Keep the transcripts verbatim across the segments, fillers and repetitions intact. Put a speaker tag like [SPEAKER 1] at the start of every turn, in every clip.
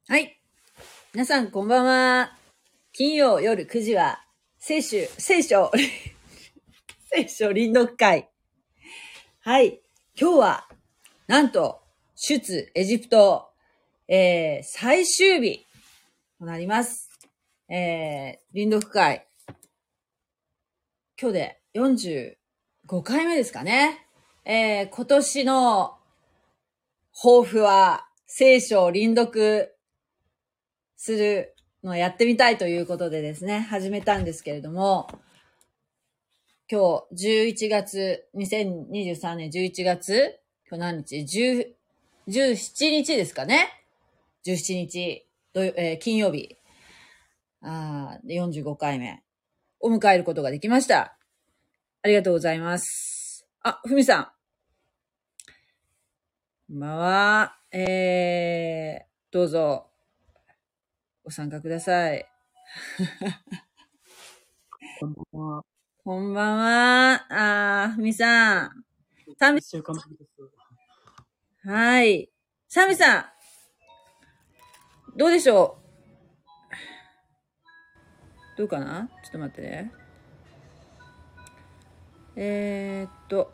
[SPEAKER 1] はい。皆さんこんばんは。金曜夜くじは、聖書、聖書、聖書臨読会。はい。今日は、なんと、出エジプト、えー、最終日となります。えー、臨読会。今日でよんじゅうごかいめですかね。えー、今年の抱負は、聖書を臨読するのをやってみたいということでですね、始めたんですけれども、今日じゅういちがつ、にせんにじゅうさんねんじゅういちがつ、今日何日 ?じゅう、じゅうしちにちですかね。じゅうしちにち、土曜えー金曜日。あーよんじゅうごかいめを迎えることができました。ありがとうございます。あ、ふみさん。こんばんは。えー、どうぞ、ご参加ください。
[SPEAKER 2] こんばんは。
[SPEAKER 1] こんばんは。あー、ふみさん。サミ、
[SPEAKER 2] 一週間ぶりです。
[SPEAKER 1] はい。サミさん、どうでしょうどうかなちょっと待ってね。えー、っと、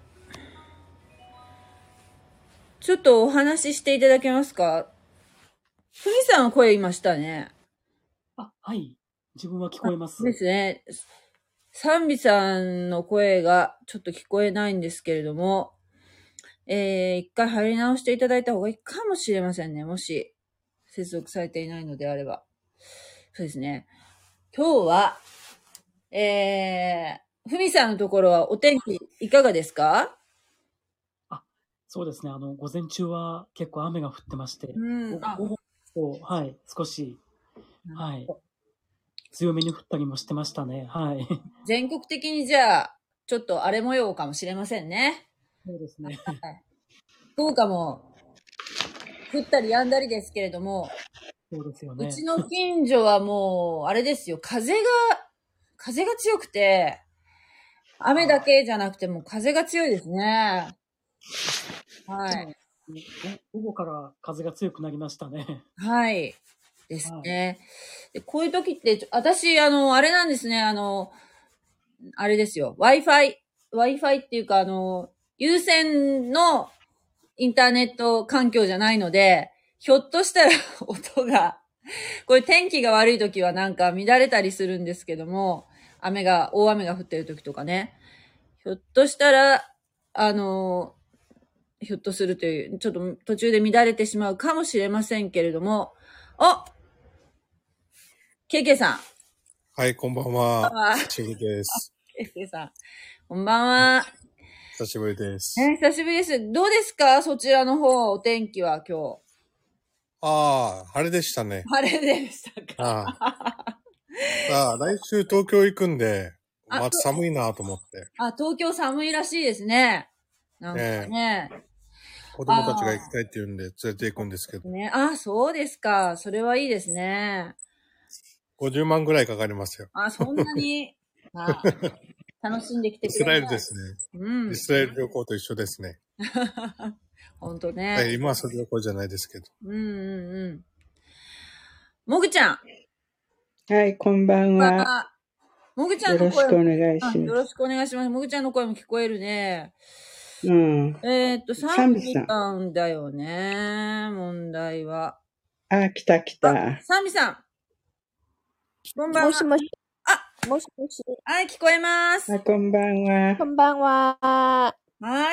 [SPEAKER 1] ちょっとお話ししていただけますか？ふみさんの声いましたね。
[SPEAKER 2] あ、はい。自分は聞こえます。
[SPEAKER 1] ですね。サンビさんの声がちょっと聞こえないんですけれども、えー、一回入り直していただいた方がいいかもしれませんね。もし、接続されていないのであれば。そうですね。今日は、えー、ふみさんのところはお天気いかがですか？
[SPEAKER 2] あ、そうですね。あの、午前中は結構雨が降ってまして、
[SPEAKER 1] うん、あ、
[SPEAKER 2] 午後、はい、少し、はい、強めに降ったりもしてましたね。はい。
[SPEAKER 1] 全国的にじゃあ、ちょっと荒れ模様かもしれませんね。
[SPEAKER 2] そうですね。
[SPEAKER 1] 福岡も降ったり止んだりですけれども、
[SPEAKER 2] そうですよね。
[SPEAKER 1] うちの近所はもう、あれですよ、風が、風が強くて、雨だけじゃなくても風が強いですね。はい。
[SPEAKER 2] 午後から風が強くなりましたね。
[SPEAKER 1] はい。ですね。でこういう時って、私、あの、あれなんですね、あの、あれですよ、Wi-Fi、Wi-Fi っていうか、あの、有線のインターネット環境じゃないので、ひょっとしたら音が、これ天気が悪い時はなんか乱れたりするんですけども、雨が、大雨が降ってる時とかね。ひょっとしたら、あの、ひょっとするという、ちょっと途中で乱れてしまうかもしれませんけれども、あ、ケイケイさん。
[SPEAKER 3] はい、こんばんは。
[SPEAKER 1] あ、
[SPEAKER 3] 久しぶりです。
[SPEAKER 1] ケイケイさん。こんばんは。
[SPEAKER 3] 久しぶりです。
[SPEAKER 1] ね、久しぶりです。どうですかそちらの方、お天気は今日。
[SPEAKER 3] ああ、晴れでしたね。
[SPEAKER 1] 晴れでしたか？
[SPEAKER 3] ああ。ああ、来週東京行くんで、
[SPEAKER 1] あ、
[SPEAKER 3] また寒いなと思って。
[SPEAKER 1] あ、東京寒いらしいですね。なんか
[SPEAKER 3] ねえ。
[SPEAKER 1] ね。
[SPEAKER 3] 子供たちが行きたいって言うんで連れて行くんですけど。
[SPEAKER 1] ね、あ、そうですか。それはいいですね。
[SPEAKER 3] ごじゅうまんぐらいかかりますよ。
[SPEAKER 1] あ、そんなに、あ、楽しんできて
[SPEAKER 3] イスラエ
[SPEAKER 1] ください。
[SPEAKER 3] ルですね。
[SPEAKER 1] うん。
[SPEAKER 3] イスラエル旅行と一緒ですね。
[SPEAKER 1] ほんと
[SPEAKER 3] はい、
[SPEAKER 1] ね。
[SPEAKER 3] 今はそれ旅行じゃないですけど。
[SPEAKER 1] うんうんうん。もぐちゃん。
[SPEAKER 4] はい、こんばんは。
[SPEAKER 1] もぐちゃん
[SPEAKER 4] よろし
[SPEAKER 1] の声も、
[SPEAKER 4] くお願い
[SPEAKER 1] あ、
[SPEAKER 4] します。
[SPEAKER 1] よろしくお願いします。もぐちゃんの声も聞こえるね。
[SPEAKER 4] うん。
[SPEAKER 1] えーっと、サンビ
[SPEAKER 4] サンビさん。
[SPEAKER 1] さんだよね。問題は。
[SPEAKER 4] あ、来た来
[SPEAKER 1] あ、
[SPEAKER 4] た。
[SPEAKER 1] サンビさん。こんばんは。
[SPEAKER 5] もしもし。
[SPEAKER 1] あ、
[SPEAKER 5] もしもし。
[SPEAKER 1] はい、聞こえます。
[SPEAKER 4] あ、こんばんは。
[SPEAKER 5] こんばんは。
[SPEAKER 1] はい。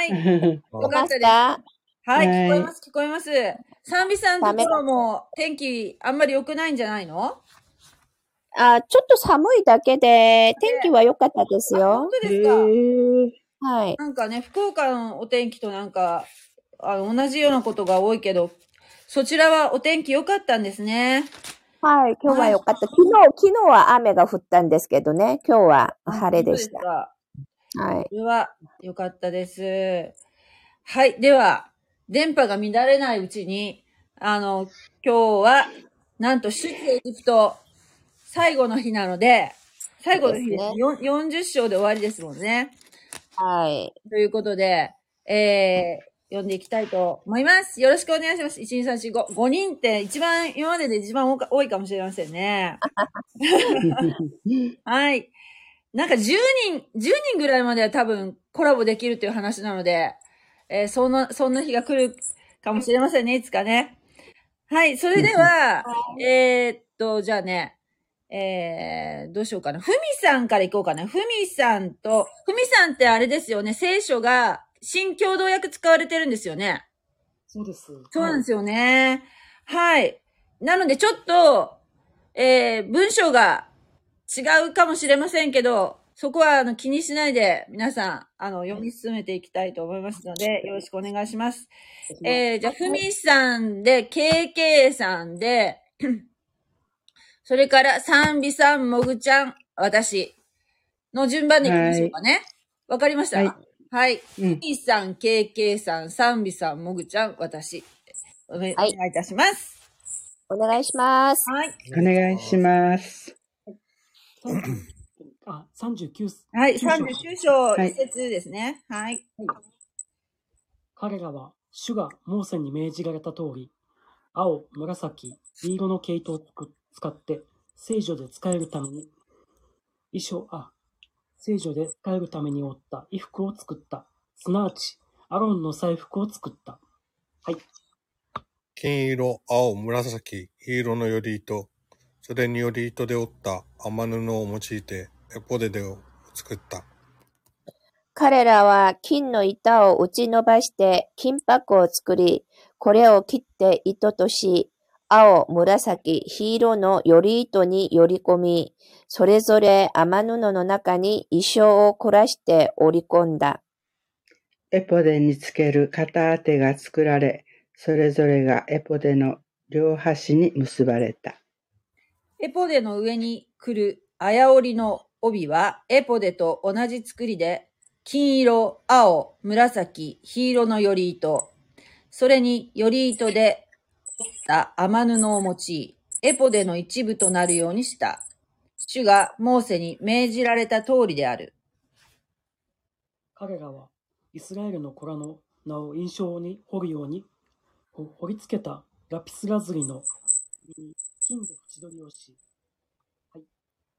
[SPEAKER 1] よ
[SPEAKER 5] 聞こえ
[SPEAKER 1] かったです。
[SPEAKER 5] ますか？
[SPEAKER 1] はい、聞こえ
[SPEAKER 4] はい。
[SPEAKER 1] ます、聞こえます。サンビさんのところも天気あんまり良くないんじゃないの？
[SPEAKER 5] あ、ちょっと寒いだけで、天気は良かったです
[SPEAKER 1] あ、本
[SPEAKER 5] よ。
[SPEAKER 1] 当
[SPEAKER 4] へ
[SPEAKER 1] ですか。
[SPEAKER 4] え。
[SPEAKER 5] はい。
[SPEAKER 1] なんかね、福岡のお天気となんか、あの、同じようなことが多いけど、そちらはお天気良かったんですね。
[SPEAKER 5] はい、今日は良かった。昨日、昨日は雨が降ったんですけどね、今日は晴れでした。
[SPEAKER 1] あ、
[SPEAKER 5] はい。
[SPEAKER 1] それは良かったです。はい。では、電波が乱れないうちに、あの、今日は、なんと、出エジプト、最後の日なので、最後の日ですね。ですね。よんじゅっ章で終わりですもんね。
[SPEAKER 5] はい。
[SPEAKER 1] ということで、え読んでいきたいと思います。よろしくお願いします。いち、に、さん、よん、ご。ごにんって一番、今までで一番多か多いかもしれませんね。はい。なんかじゅうにん、じゅうにんぐらいまでは多分コラボできるという話なので、えー、そんな、そんな日が来るかもしれませんね、いつかね。はい。それでは、えーっと、じゃあね、えー、どうしようかな。ふみさんからいこうかな。ふみさんと、ふみさんってあれですよね、聖書が新共同訳使われてるんですよね。
[SPEAKER 2] そうです。
[SPEAKER 1] そうなんですよね。はい。はい、なのでちょっと、えー、文章が違うかもしれませんけど、そこはあの気にしないで皆さんあの読み進めていきたいと思いますので、よろしくお願いします。えー、じゃあ、ふみさんで、けいけいさんで、それから、さんびさん、もぐちゃん、私の順番でいきましょうかね。わかりました？はい。はい。ふみさん、けいけいさん、さんびさん、もぐちゃん、私。お願いいたします。
[SPEAKER 5] お願いします。
[SPEAKER 1] はい。
[SPEAKER 4] お願いします。
[SPEAKER 2] あ、さんじゅうきゅう。
[SPEAKER 1] はい、さんじゅうきゅう章一節ですね。はい。はい、
[SPEAKER 2] 彼らは、主がモーセに命じられた通り、青、紫、黄色の毛糸を使って、聖女で使えるために、衣装、あ、聖女で使えるために織った衣服を作った。すなわち、アロンの祭服を作った。はい。
[SPEAKER 3] 金色、青、紫、黄色のより糸、それにより糸で織った雨布を用いて、エポデデを作った。
[SPEAKER 5] 彼らは金の板を打ち伸ばして金箔を作り、これを切って糸とし、青、紫、黄色のより糸により込み、それぞれ雨布の中に衣装を凝らして織り込んだ。
[SPEAKER 4] エポデにつける片当てが作られ、それぞれがエポデの両端に結ばれた。
[SPEAKER 1] エポデの上に来る綾織りの帯はエポデと同じ作りで、金色、青、紫、黄色のより糸、それにより糸で織った雨布を用い、エポデの一部となるようにした。主がモーセに命じられた通りである。
[SPEAKER 2] 彼らはイスラエルの子らの名を印象に彫るように、彫り付けたラピスラズリの金で縁取りをし、はい。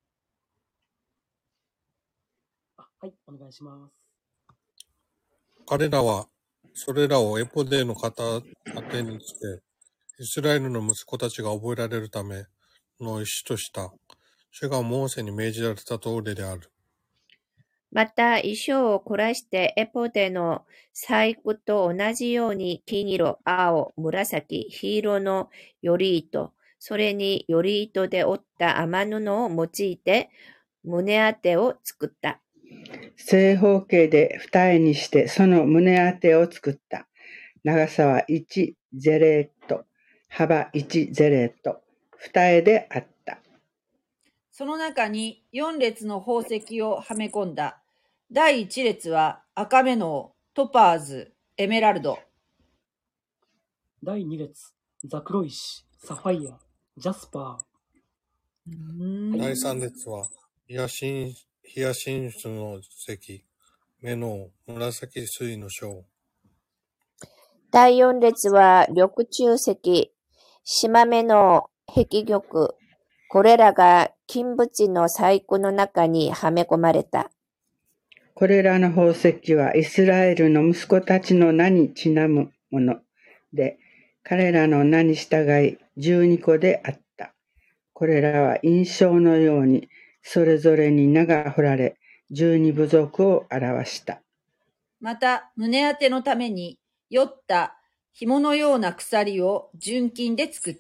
[SPEAKER 2] あ、はい、お願いします。
[SPEAKER 3] 彼らは、それらをエポデの片当てにつけ、イスラエルの息子たちが覚えられるための石とした。主がモーセに命じられた通りである。
[SPEAKER 5] また、衣装を凝らしてエポデの細工と同じように金色、青、紫、黄色のより糸、それにより糸で織った雨布を用いて胸当てを作った。
[SPEAKER 4] 正方形で二重にしてその胸当てを作った。長さはいちゼレット、幅いちゼレット、二重であった。
[SPEAKER 1] その中によん列の宝石をはめ込んだ。第一列は赤目のトパーズ、エメラルド。
[SPEAKER 2] 第二列、ザクロ石、サファイア、ジャスパー。
[SPEAKER 3] 第三列はヒヤシン、ヒヤシンスの石、目の紫水の章。
[SPEAKER 5] 第四列は緑中石、縞目の壁玉。これらが金縁の細工の中にはめ込まれた。
[SPEAKER 4] これらの宝石はイスラエルの息子たちの名にちなむもので、彼らの名に従いじゅうにこであった。これらは印象のようにそれぞれに名が彫られ、じゅうに部族を表した。
[SPEAKER 1] また、胸当てのために、よった紐のような鎖を純金で作った。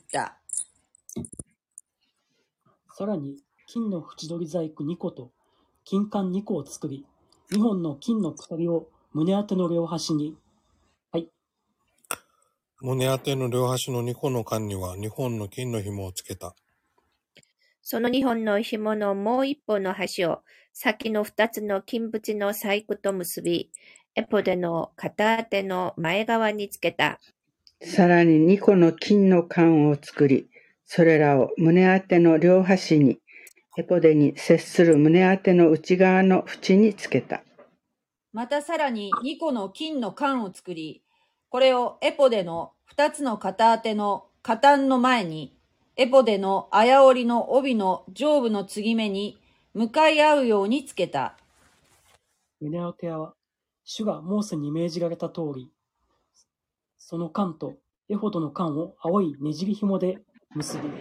[SPEAKER 2] さらに、金の縁取り細工にこと、金管にこを作り、にほんの金の鎖を胸当ての両端に、はい。
[SPEAKER 3] 胸当ての両端のにこの管にはにほんの金の紐をつけた。
[SPEAKER 5] そのにほんの紐のもう一本の端を先の二つの金縁の細工と結び、エポデの片当ての前側につけた。
[SPEAKER 4] さらににこの金の管を作り、それらを胸当ての両端に、エポデに接する胸当ての内側の縁につけた。
[SPEAKER 1] またさらににこの金の管を作り、 これをエポデの二つの片当ての肩端の前に、エポデの綾織の帯の上部の継ぎ目に向かい合うようにつけた。
[SPEAKER 2] 胸当ては、主がモーセに命じられた通り、その冠とエフォドの冠を青いねじり紐で結び、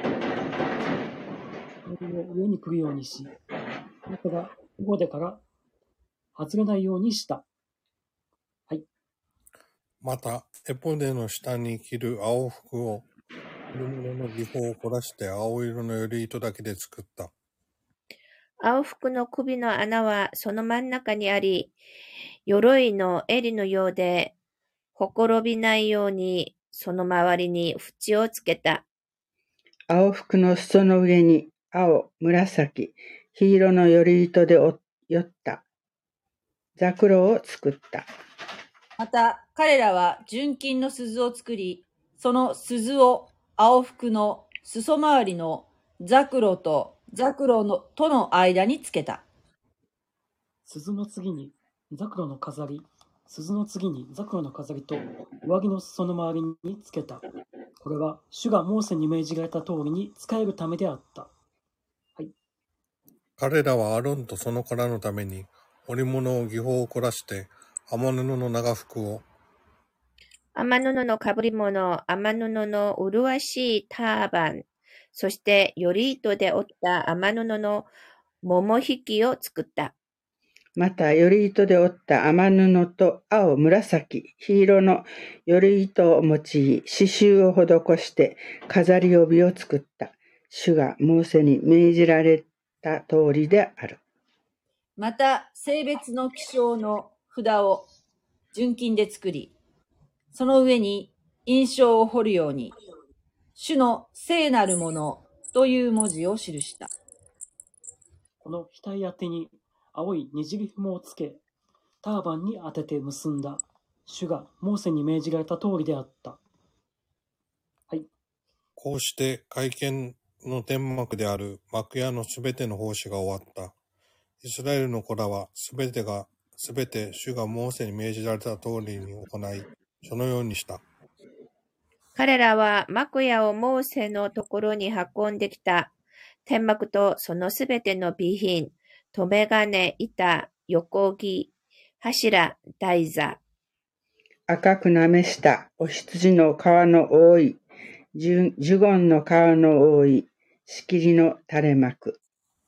[SPEAKER 2] 上に来るようにし、中がエフォデから外れないようにした。はい。
[SPEAKER 3] また、エポデの下に着る青服を、織物の技法を凝らして青色のより糸だけで作った。
[SPEAKER 5] 青服の首の穴はその真ん中にあり、鎧の襟のようで、ほころびないようにその周りに縁をつけた。
[SPEAKER 4] 青服の裾の上に青、紫、黄色のより糸でよったザクロを作った。
[SPEAKER 1] また彼らは純金の鈴を作り、その鈴を青服の裾周りのザクロとザクロのとの間につけた。
[SPEAKER 2] 鈴の次にザクロの飾り、鈴の次にザクロの飾りと上着の裾の周りにつけた。これは主がモーセに命じられた通りに使えるためであった。はい。
[SPEAKER 3] 彼らはアロンとその子らのために織物を技法を凝らして天布の長服を、
[SPEAKER 5] 天布のかぶり物、天布の麗しいターバン、そしてより糸で織った天布の桃引きを作った。
[SPEAKER 4] また、より糸で織った天布と青、紫、黄色のより糸を用い、刺繍を施して飾り帯を作った。主がモーセに命じられた通りである。
[SPEAKER 1] また、性別の記章の札を純金で作り、その上に印章を彫るように、主の聖なるものという文字を記した。
[SPEAKER 2] この額当てに青いねじり紐をつけ、ターバンに当てて結んだ。主がモーセに命じられた通りであった。はい。
[SPEAKER 3] こうして会見の天幕である幕屋のすべての奉仕が終わった。イスラエルの子らはすべてが、すべて主がモーセに命じられた通りに行い、そのようにした。
[SPEAKER 5] 彼らは幕屋をモーセのところに運んできた。天幕とそのすべての備品、留め金、板、横木、柱、台座。
[SPEAKER 4] 赤くなめしたお羊の皮の多い、ジュゴンの皮の多い、仕切りの垂れ幕。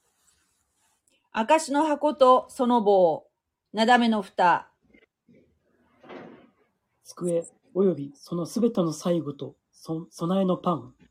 [SPEAKER 1] 証の箱とその棒、なだめの蓋。
[SPEAKER 2] 机およびそのすべての細具とそ備えのパン。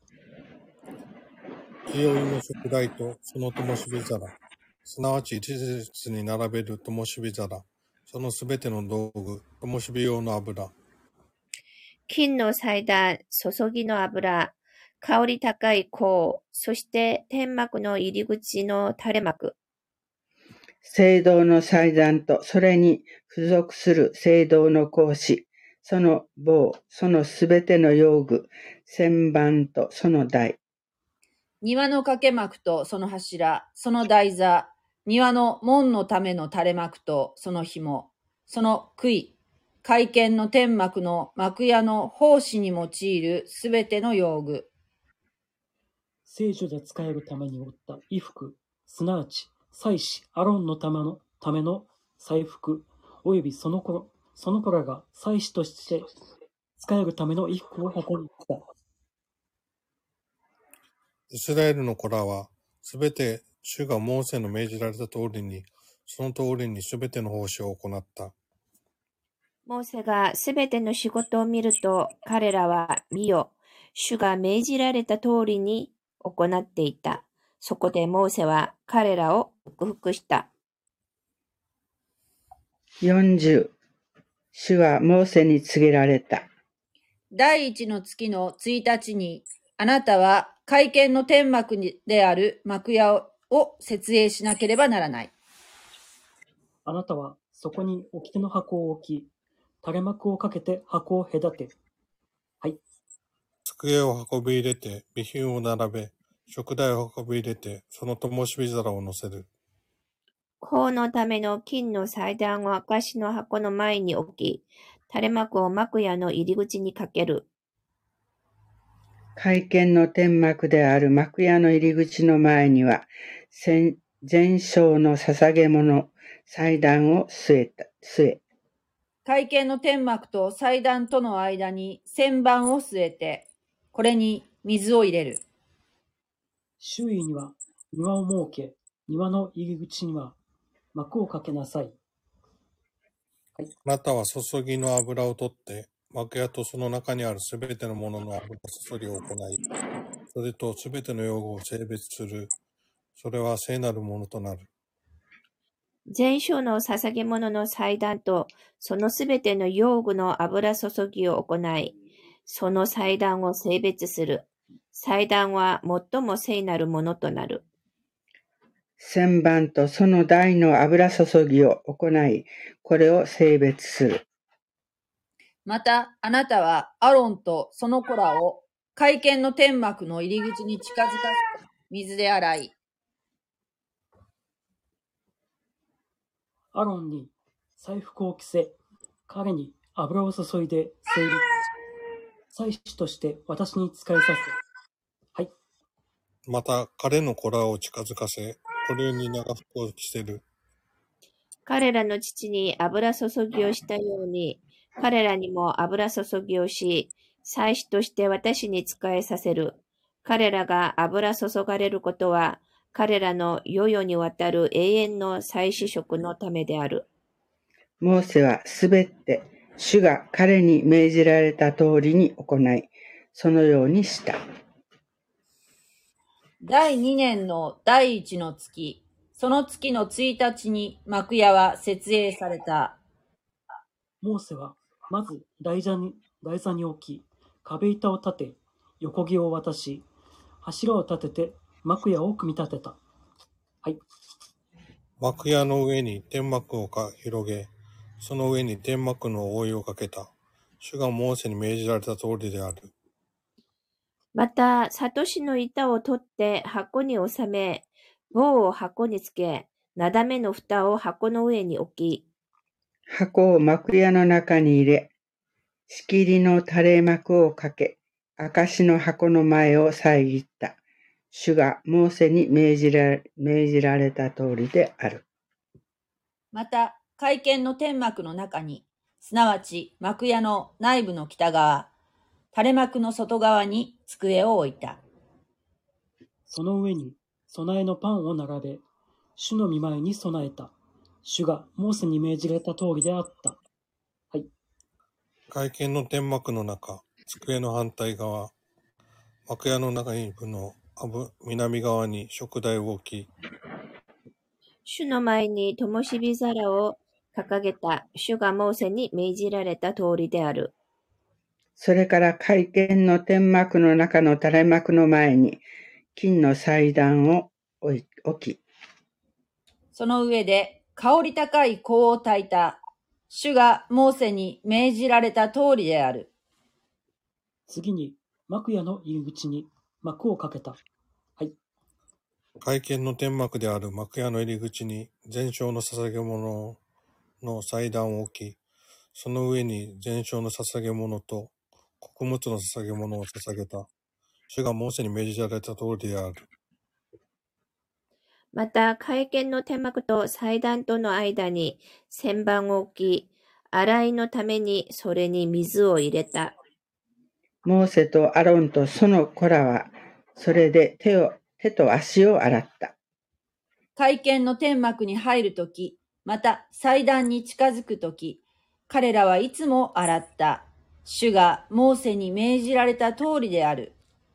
[SPEAKER 3] 清いの食台とその灯火皿、すなわち一列に並べる灯火皿、そのすべての道具、灯火用の油。
[SPEAKER 5] 金の祭壇、注ぎの油、香り高い香、そして天幕の入り口の垂れ幕。
[SPEAKER 4] 聖堂の祭壇とそれに付属する聖堂の格子、その棒、そのすべての用具、旋盤とその台。
[SPEAKER 1] 庭の掛け幕とその柱、その台座、庭の門のための垂れ幕とその紐、その杭、会見の天幕の幕屋の奉仕に用いるすべての用具。
[SPEAKER 2] 聖所で使えるために織った衣服、すなわち祭司アロンのためのための祭服、およびその子その子らが祭司として使えるための衣服を運んできた。
[SPEAKER 3] イスラエルの子らは、すべて主がモーセの命じられた通りに、その通りにすべての奉仕を行った。
[SPEAKER 5] モーセがすべての仕事を見ると、彼らは見よ、主が命じられた通りに行っていた。そこでモーセは彼らを祝福した。
[SPEAKER 4] よんじゅう主はモーセに告げられた。
[SPEAKER 1] 第一の月のついたちに、あなたは会見の天幕である幕屋を設営しなければならない。
[SPEAKER 2] あなたはそこに掟の箱を置き、垂れ幕をかけて箱を隔て。はい。
[SPEAKER 3] 机を運び入れて、備品を並べ、食台を運び入れて、その灯火皿を乗せる。
[SPEAKER 5] 香のための金の祭壇を証の箱の前に置き、 垂れ幕を幕屋の入り口にかける。
[SPEAKER 4] 会見の天幕である幕屋の入り口の前には、全焼の捧げ物、祭壇を据えた、据え。
[SPEAKER 1] 会見の天幕と祭壇との間に旋盤を据えて、これに水を入れる。
[SPEAKER 2] 周囲には庭を設け、庭の入り口には幕をかけなさい。
[SPEAKER 3] あなたは注ぎの油を取って、幕屋とその中にあるすべてのものの油注ぎを行い、それとすべての用具を性別する。それは聖なるものとなる。
[SPEAKER 5] 全焼の捧げ物の祭壇と、そのすべての用具の油注ぎを行い、その祭壇を性別する。祭壇は最も聖なるものとなる。
[SPEAKER 4] 旋盤とその台の油注ぎを行い、これを性別する。
[SPEAKER 1] また、あなたはアロンとその子らを会見の天幕の入り口に近づかせ、水で洗い。
[SPEAKER 2] アロンに祭服を着せ、彼に油を注いで聖別し、祭司として私に仕えさせ。はい。
[SPEAKER 3] また、彼の子らを近づかせ、これに長服を着せる。
[SPEAKER 5] 彼らの父に油注ぎをしたように、彼らにも油注ぎをし、祭司として私に仕えさせる。彼らが油注がれることは、彼らの世々にわたる永遠の祭司職のためである。
[SPEAKER 4] モーセはすべて主が彼に命じられた通りに行い、そのようにした。
[SPEAKER 1] 第二年の第一の月、その月のついたちに幕屋は設営された。
[SPEAKER 2] モーセはまず台座に、台座に置き、壁板を立て、横木を渡し、柱を立てて幕屋を組み立てた。はい。
[SPEAKER 3] 幕屋の上に天幕をか広げ、その上に天幕の覆いをかけた。主がモーセに命じられた通りである。
[SPEAKER 5] また、サトシの板を取って箱に収め、棒を箱につけ、なだめの蓋を箱の上に置き、
[SPEAKER 4] 箱を幕屋の中に入れ、仕切りの垂れ幕をかけ、証の箱の前を遮った。主がモーセに命じられ、命じられた通りである。
[SPEAKER 1] また、会見の天幕の中に、すなわち幕屋の内部の北側、垂れ幕の外側に机を置いた。
[SPEAKER 2] その上に備えのパンを並べ、主の御前に備えた。主がモーセに命じられた通りであった。はい。
[SPEAKER 3] 会見の天幕の中、机の反対側、幕屋の中にの南側に食台を置き、
[SPEAKER 5] 主の前に灯火皿を掲げた。主がモーセに命じられた通りである。
[SPEAKER 4] それから会見の天幕の中の垂れ幕の前に金の祭壇を置き、
[SPEAKER 1] その上で香り高い香を焚いた。主がモーセに命じられた通りである。
[SPEAKER 2] 次に幕屋の入り口に幕をかけた。はい。
[SPEAKER 3] 会見の天幕である幕屋の入り口に全焼の捧げ物の祭壇を置き、その上に全焼の捧げ物と穀物の捧げ物を捧げた。主がモーセに命じられた通りである。
[SPEAKER 5] また、会見の天幕と祭壇との間に旋盤を置き、洗いのためにそれに水を入れた。
[SPEAKER 4] モーセとアロンとその子らは、それで手を、手と足を洗った。
[SPEAKER 1] 会見の天幕に入るとき、また祭壇に近づくとき、彼らはいつも洗った。主がモーセに命じられた通りである。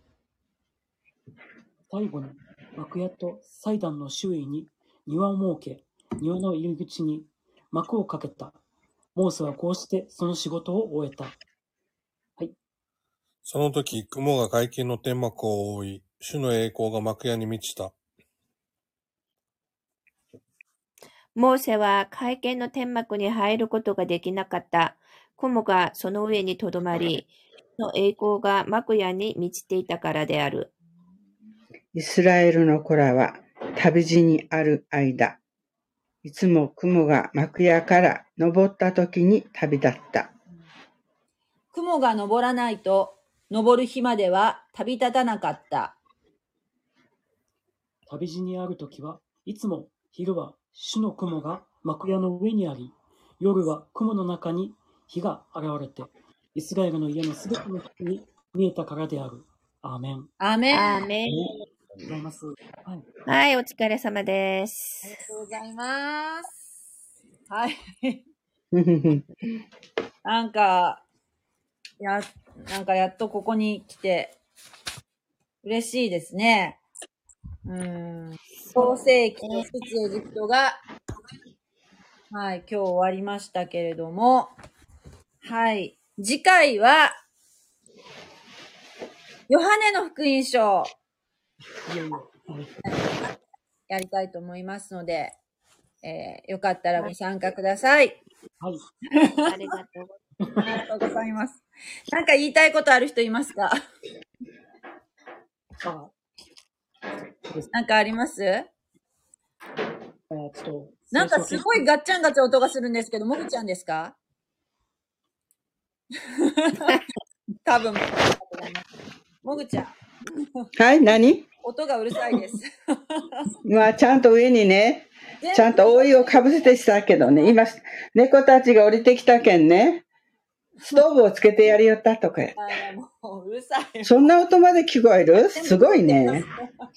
[SPEAKER 2] 最後に幕屋と祭壇の周囲に庭を設け、庭の入り口に幕をかけた。モーセはこうしてその仕事を終えた。はい。
[SPEAKER 3] その時、雲が会見の天幕を覆い、主の栄光が幕屋に満ちた。
[SPEAKER 5] モーセは会見の天幕に入ることができなかった。雲がその上にとどまり、主の栄光が幕屋に満ちていたからである。
[SPEAKER 4] イスラエルの子らは旅路にある間、いつも雲が幕屋から昇った時に旅立った。
[SPEAKER 1] 雲が昇らないと、昇る日までは旅立たなかった。
[SPEAKER 2] 旅路にあるときはいつも昼は主の雲が幕屋の上にあり、夜は雲の中に日が現れて、イスラエルの家のすべての人に見えたからである。アーメン。
[SPEAKER 1] アーメン。
[SPEAKER 5] アーメン。
[SPEAKER 2] ありがとうございます。はい。
[SPEAKER 5] はい、お疲れ様で
[SPEAKER 1] あり
[SPEAKER 5] す。
[SPEAKER 1] がとうございます。はい。なんか、や、なんかやっとここに来て、嬉しいですね。うん。創世記と出エジプトが、はい、今日終わりましたけれども、はい。次回は、ヨハネの福音書、
[SPEAKER 2] いよいよ。はい
[SPEAKER 1] やりたいと思いますので、えーよかったらご参加ください。
[SPEAKER 2] はい。
[SPEAKER 5] ありがとう。
[SPEAKER 1] ありがとうございます。なんか言いたいことある人いますか？
[SPEAKER 2] あ、
[SPEAKER 1] なんかあります？
[SPEAKER 2] えー、ちょっと、
[SPEAKER 1] なんかすごいガッチャンガチャ音がするんですけど、もぐちゃんですか？多分、もぐちゃん。
[SPEAKER 4] はい、何？
[SPEAKER 1] 音がうるさいです。
[SPEAKER 4] まあ、ちゃんと上にね、ちゃんと覆いをかぶせてしたけどね、今、猫たちが降りてきたけんね、ストーブをつけてやりよったとか。
[SPEAKER 1] あもううるさい。
[SPEAKER 4] そんな音まで聞こえる？すごいね。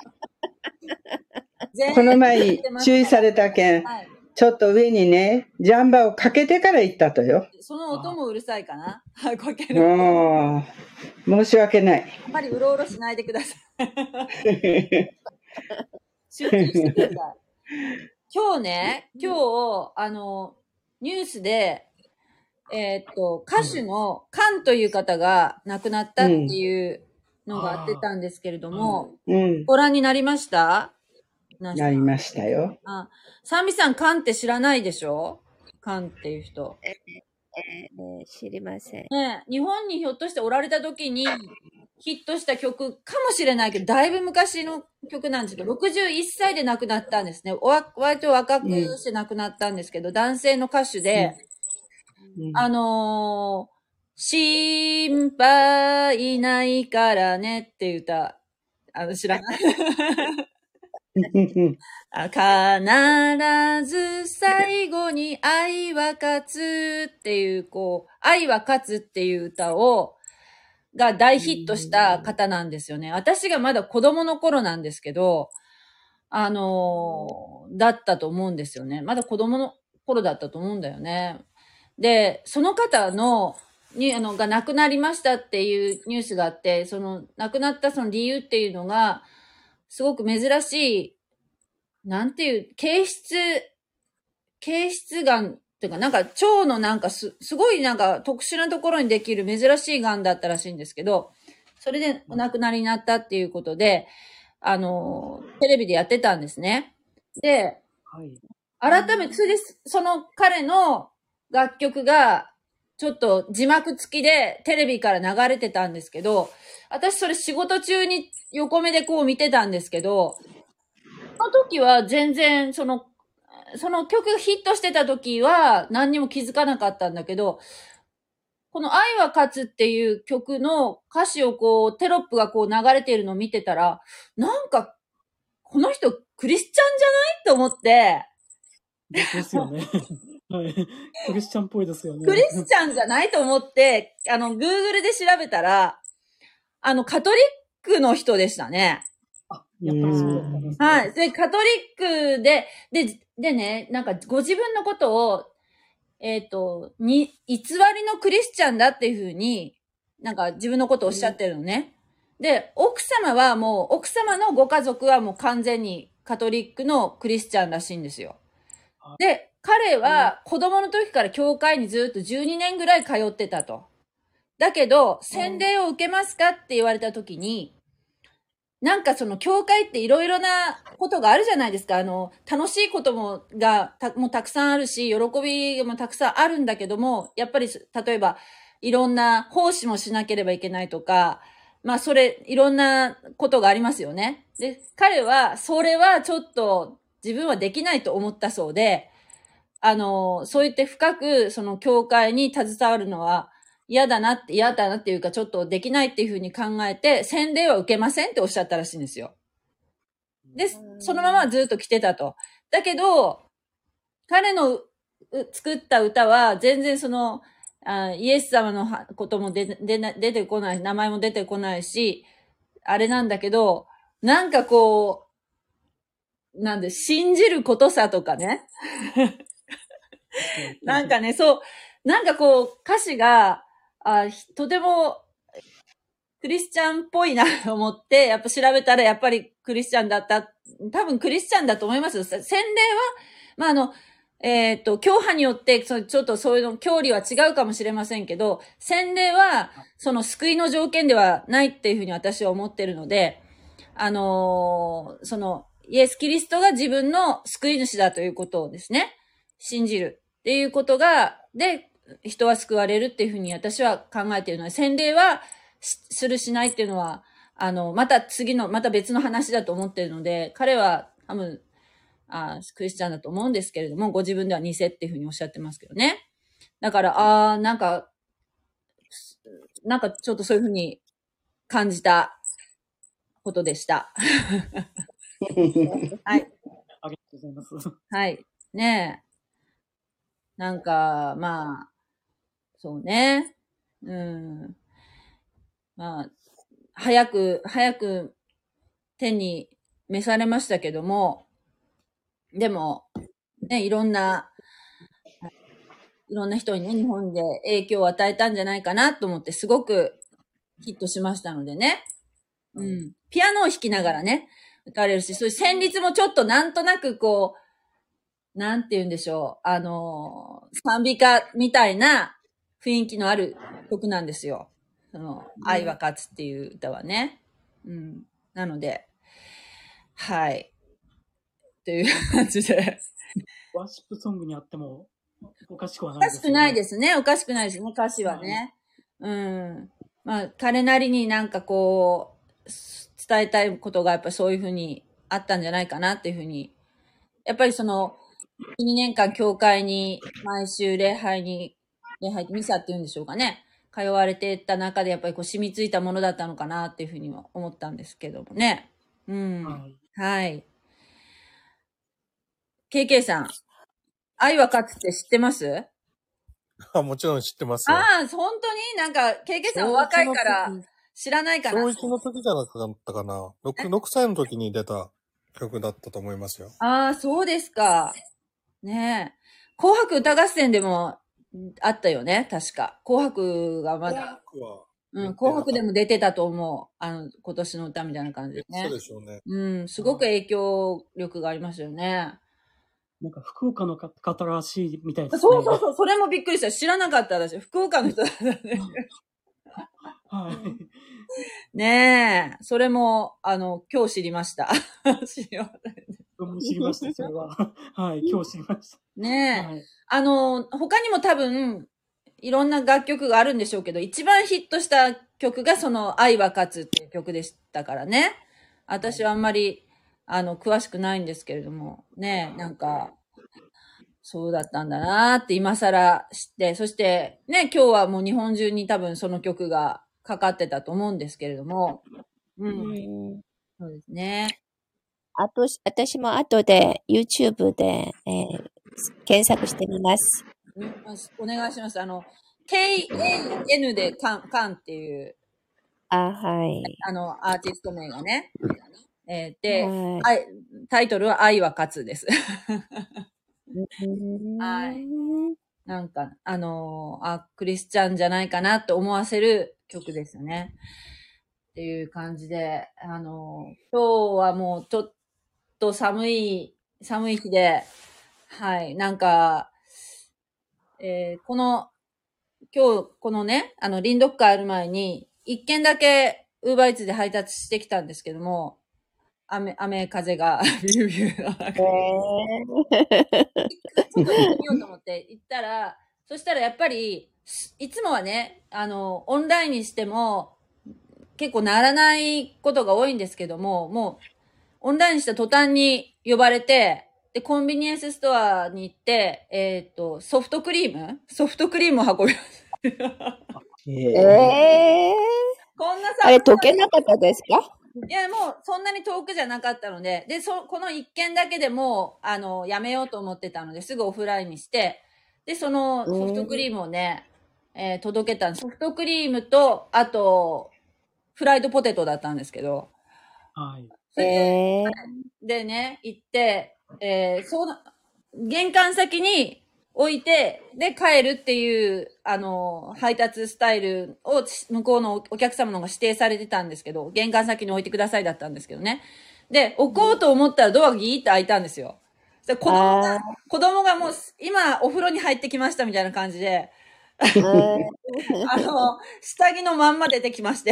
[SPEAKER 4] この前に注意されたけん、
[SPEAKER 1] はい、
[SPEAKER 4] ちょっと上にね、ジャンバーをかけてから行ったとよ。
[SPEAKER 1] その音もうるさいかな？はい、かける。
[SPEAKER 4] もう、申し訳ない。
[SPEAKER 1] あんまりうろうろしないでください。集中してください。今日ね、今日、あの、ニュースで、えーっと、歌手のカンという方が亡くなったっていうのがあってたんですけれども、
[SPEAKER 4] うん、
[SPEAKER 1] ご覧になりました？
[SPEAKER 4] なりましたよ。
[SPEAKER 1] あ、サンビさん、カンって知らないでしょ？カンっていう人。
[SPEAKER 5] えー、知りません。
[SPEAKER 1] ね、日本にひょっとしておられた時にヒットした曲かもしれないけど、だいぶ昔の曲なんですけど、ろくじゅういっさいで亡くなったんですね。おわ割と若くして亡くなったんですけど、うん、男性の歌手で、うん、あのー、心配ないからねっていう歌、あの、知らない必ず最後に愛は勝つっていう、こう、愛は勝つっていう歌を、が大ヒットした方なんですよね。私がまだ子供の頃なんですけど、あのー、だったと思うんですよね。まだ子供の頃だったと思うんだよね。で、その方の、に、あの、が亡くなりましたっていうニュースがあって、その、亡くなったその理由っていうのが、すごく珍しい、なんていう、形質、形質がんっていうか、なんか腸のなんかす、すごいなんか特殊なところにできる珍しいがんだったらしいんですけど、それでお亡くなりになったっていうことで、あの、テレビでやってたんですね。で、はい、改めて、それで、その彼の楽曲が、ちょっと字幕付きでテレビから流れてたんですけど、私それ仕事中に横目でこう見てたんですけど、その時は全然その、その曲がヒットしてた時は何にも気づかなかったんだけど、この愛は勝つっていう曲の歌詞をこう、テロップがこう流れているのを見てたら、なんか、この人クリスチャンじゃないと思って、
[SPEAKER 2] ですよね。はい。クリスチャンっぽいですよね。
[SPEAKER 1] クリスチャンじゃないと思って、あの、Google で調べたら、あの、カトリックの人でしたね。
[SPEAKER 2] あ、やっぱりそうだったんですね。
[SPEAKER 1] はい。で、カトリックで、で、でね、なんかご自分のことを、えっと、に、偽りのクリスチャンだっていうふうに、なんか自分のことをおっしゃってるのね。うん、で、奥様はもう、奥様のご家族はもう完全にカトリックのクリスチャンらしいんですよ。で、彼は子供の時から教会にずっとじゅうにねんぐらい通ってたと。だけど、洗礼を受けますかって言われた時に、なんかその教会っていろいろなことがあるじゃないですか。あの、楽しいこともがたもうたくさんあるし、喜びもたくさんあるんだけども、やっぱり例えばいろんな奉仕もしなければいけないとか、まあそれいろんなことがありますよね。で、彼はそれはちょっと自分はできないと思ったそうで、あの、そう言って深くその教会に携わるのは嫌だなって、嫌だなっていうか、ちょっとできないっていうふうに考えて、洗礼は受けませんっておっしゃったらしいんですよ。で、そのままずっと来てたと。だけど、彼の作った歌は全然その、あイエス様のことも出出出てこない、名前も出てこないし、あれなんだけど、なんかこう、なんで、信じることさとかね。なんかね、そう、なんかこう、歌詞が、あとても、クリスチャンっぽいなと思って、やっぱ調べたらやっぱりクリスチャンだった。多分クリスチャンだと思いますよ。洗礼は、まあ、あの、えっと、教派によって、ちょっとそういうの、教理は違うかもしれませんけど、洗礼は、その救いの条件ではないっていうふうに私は思ってるので、あのー、その、イエス・キリストが自分の救い主だということをですね、信じるっていうことが、で、人は救われるっていうふうに私は考えているので、洗礼はするしないっていうのは、あの、また次の、また別の話だと思っているので、彼は多分、あクリスチャンだと思うんですけれども、ご自分では偽っていうふうにおっしゃってますけどね。だから、ああ、なんか、なんかちょっとそういうふうに感じたことでした。はい。
[SPEAKER 2] ありがとうございます。
[SPEAKER 1] はい。ねえ。なんか、まあ、そうね。うん。まあ、早く、早く手に召されましたけども、でも、ね、いろんな、いろんな人にね、日本で影響を与えたんじゃないかなと思って、すごくヒットしましたのでね。うん。ピアノを弾きながらね、歌われるし、そういう旋律もちょっとなんとなくこう、なんて言うんでしょう。あの、賛美歌みたいな雰囲気のある曲なんですよ。その、愛は勝つっていう歌はね。うん。なので、はい。という感じで。
[SPEAKER 2] ワーシップソングにあってもおかしくは
[SPEAKER 1] お
[SPEAKER 2] ないですよね。
[SPEAKER 1] かしくないですね。おかしくないですね。歌詞はね。うん。まあ、彼なりになんかこう、伝えたいことがやっぱりそういうふうにあったんじゃないかなっていうふうに。やっぱりその、にねんかん教会に毎週礼拝に、礼拝、ミサって言うんでしょうかね。通われてた中でやっぱりこう染みついたものだったのかなっていうふうにも思ったんですけどもね。うん。はい。はい、ケーケー さん、愛は勝つって知ってます？
[SPEAKER 3] あ、もちろん知ってますよ。
[SPEAKER 1] ああ、本当になんか、ケーケー さん若いから知らないかな。
[SPEAKER 3] 小一の時じゃなかったかな。6, 6歳の時に出た曲だったと思いますよ。
[SPEAKER 1] ああ、そうですか。ねえ。紅白歌合戦でもあったよね、確か。紅白がまだ。紅白は。うん、紅白でも出てたと思う。あの、今年の歌みたいな感じでね。
[SPEAKER 3] そうでしょうね。
[SPEAKER 1] うん、すごく影響力がありますよね。
[SPEAKER 2] なんか福岡の方らしいみたいですね。
[SPEAKER 1] そうそうそう、それもびっくりした。知らなかった私。福岡の人だったね。
[SPEAKER 2] はい。
[SPEAKER 1] ねえ、それも、あの、今日知りました。知りました。
[SPEAKER 2] 知りました、それは。はい、今日知りました。
[SPEAKER 1] ねえ、はい。あの、他にも多分、いろんな楽曲があるんでしょうけど、一番ヒットした曲がその愛は勝つっていう曲でしたからね。私はあんまり、あの、詳しくないんですけれども、ね、なんか、そうだったんだなーって今更知って、そしてね、今日はもう日本中に多分その曲がかかってたと思うんですけれども、うん。うん、そうですね。
[SPEAKER 5] あと、私も後で YouTube で、えー、検索してみます。
[SPEAKER 1] お願いします。あの、ケーエーエヌ でカン、カンっていう、
[SPEAKER 5] あ、はい。
[SPEAKER 1] あの、アーティスト名がね。えー、で、はい、タイトルは愛は勝つです。はい。なんか、あのー、あ、クリスチャンじゃないかなと思わせる曲ですよね。っていう感じで、あのー、今日はもうちょっと寒い、寒い日で、はい、なんか、えー、この、今日、このね、あの、リンドッカーある前に、一件だけ、ウーバーイーツで配達してきたんですけども、雨、雨風が、ビュービューの中で。ちょっと行ってみようと思って行ったら、そしたらやっぱり、いつもはね、あの、オンラインにしても、結構ならないことが多いんですけども、もう、オンラインにした途端に呼ばれて、で、コンビニエンスストアに行って、えっと、ソフトクリームソフトクリームを運びます。
[SPEAKER 4] え
[SPEAKER 5] え
[SPEAKER 4] え
[SPEAKER 5] え
[SPEAKER 1] こんな
[SPEAKER 5] あれ、
[SPEAKER 1] さ、
[SPEAKER 5] 溶けなかったですか？
[SPEAKER 1] いや、もうそんなに遠くじゃなかったので、で、そ、この一件だけでもう、あの、やめようと思ってたので、すぐオフラインにして、で、そのソフトクリームをね、えー届けたんです。ソフトクリームと、あと、フライドポテトだったんですけど、
[SPEAKER 2] はい。
[SPEAKER 1] それで、
[SPEAKER 5] ええ
[SPEAKER 1] でね、行って、えー、そうな、玄関先に置いて、で、帰るっていう、あの、配達スタイルをし向こうのお客様の方が指定されてたんですけど、玄関先に置いてくださいだったんですけどね。で、置こうと思ったらドアがギーって開いたんですよ。で子供が
[SPEAKER 5] あ、
[SPEAKER 1] 子供がもう、今お風呂に入ってきましたみたいな感じで、
[SPEAKER 5] ーうん
[SPEAKER 1] あの、下着のまんま出てきまして。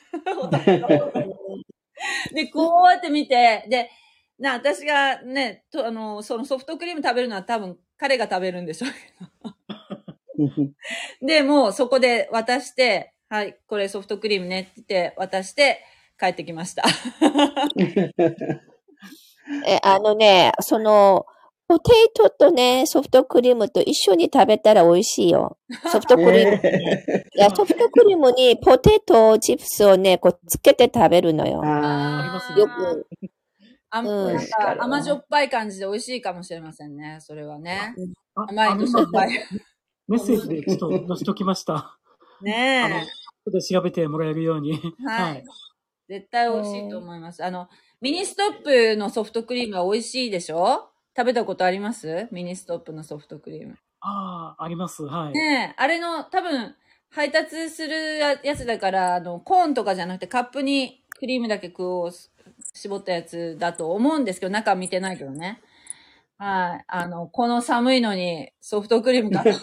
[SPEAKER 1] で、こうやって見て、で、な、私がね、と、あの、そのソフトクリーム食べるのは多分彼が食べるんでしょうけど。で、もうそこで渡して、はい、これソフトクリームねって言って渡して帰ってきました。
[SPEAKER 5] え、あのね、その、ポテトとね、ソフトクリームと一緒に食べたら美味しいよ。ソフトクリーム。
[SPEAKER 4] え
[SPEAKER 5] いや、ソフトクリームにポテトチップスをね、こうつけて食べるのよ。
[SPEAKER 2] あり
[SPEAKER 4] あ
[SPEAKER 2] ます
[SPEAKER 5] よ
[SPEAKER 2] ね。
[SPEAKER 5] く。
[SPEAKER 1] あん
[SPEAKER 5] うん
[SPEAKER 1] なんか甘じょっぱい感じで美味しいかもしれませんね。それはね。
[SPEAKER 2] あ、
[SPEAKER 1] 甘いと
[SPEAKER 2] あの
[SPEAKER 1] しょっぱい。
[SPEAKER 2] メッセージでちょっと載せときました。あの、
[SPEAKER 1] ね
[SPEAKER 2] 後で調べてもらえるように。
[SPEAKER 1] え。は
[SPEAKER 2] はい
[SPEAKER 1] い。。絶対美味しいと思います。あの、ミニストップのソフトクリームは美味しいでしょ？食べたことあります？ミニストップのソフトクリーム。
[SPEAKER 2] ああ、あります。はい。
[SPEAKER 1] ねえ、あれの多分配達するややつだから、あの、コーンとかじゃなくてカップにクリームだけこう絞ったやつだと思うんですけど、中見てないけどね。はい。あの、この寒いのにソフトクリームかと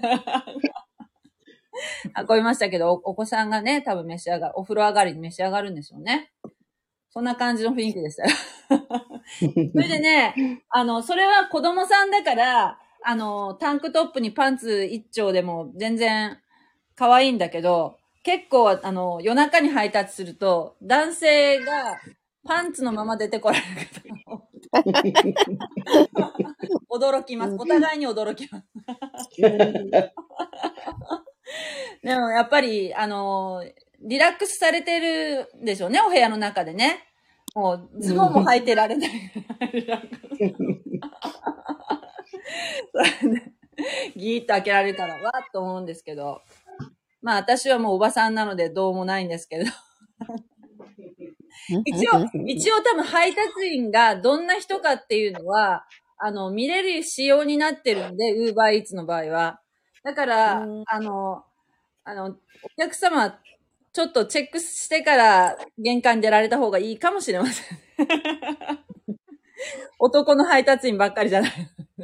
[SPEAKER 1] 運びましたけど、お、お子さんがね、多分召し上がる、お風呂上がりに召し上がるんでしょうね。そんな感じの雰囲気でしたよ。それでね、あの、それは子供さんだから、あの、タンクトップにパンツ一丁でも全然可愛いんだけど、結構、あの、夜中に配達すると、男性がパンツのまま出てこられる方も驚きます。お互いに驚きます。でもやっぱり、あの、リラックスされてるんでしょうね、お部屋の中でね。もう、ズボンも履いてられない。リラックス。それでギーッと開けられるから、わーっと思うんですけど。まあ私はもうおばさんなのでどうもないんですけど。一応、一応多分配達員がどんな人かっていうのは、あの、見れる仕様になってるんで、ウーバーイーツの場合は。だから、あの、あの、お客様、ちょっとチェックしてから玄関に出られた方がいいかもしれません。男の配達員ばっかりじゃない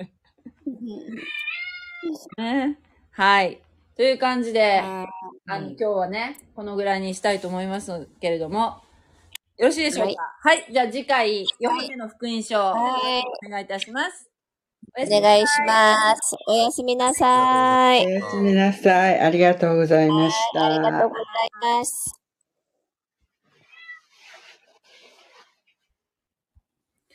[SPEAKER 1] ね。はい。という感じで、あの、今日はね、このぐらいにしたいと思いますけれども、よろしいでしょうか？はい。はい、じゃあ次回、よんほんめの福音書、はい、お願いいたします。
[SPEAKER 5] お願いします。おやすみなさい。
[SPEAKER 4] おやすみなさい。ありがとうございました。
[SPEAKER 5] ありがとうございます。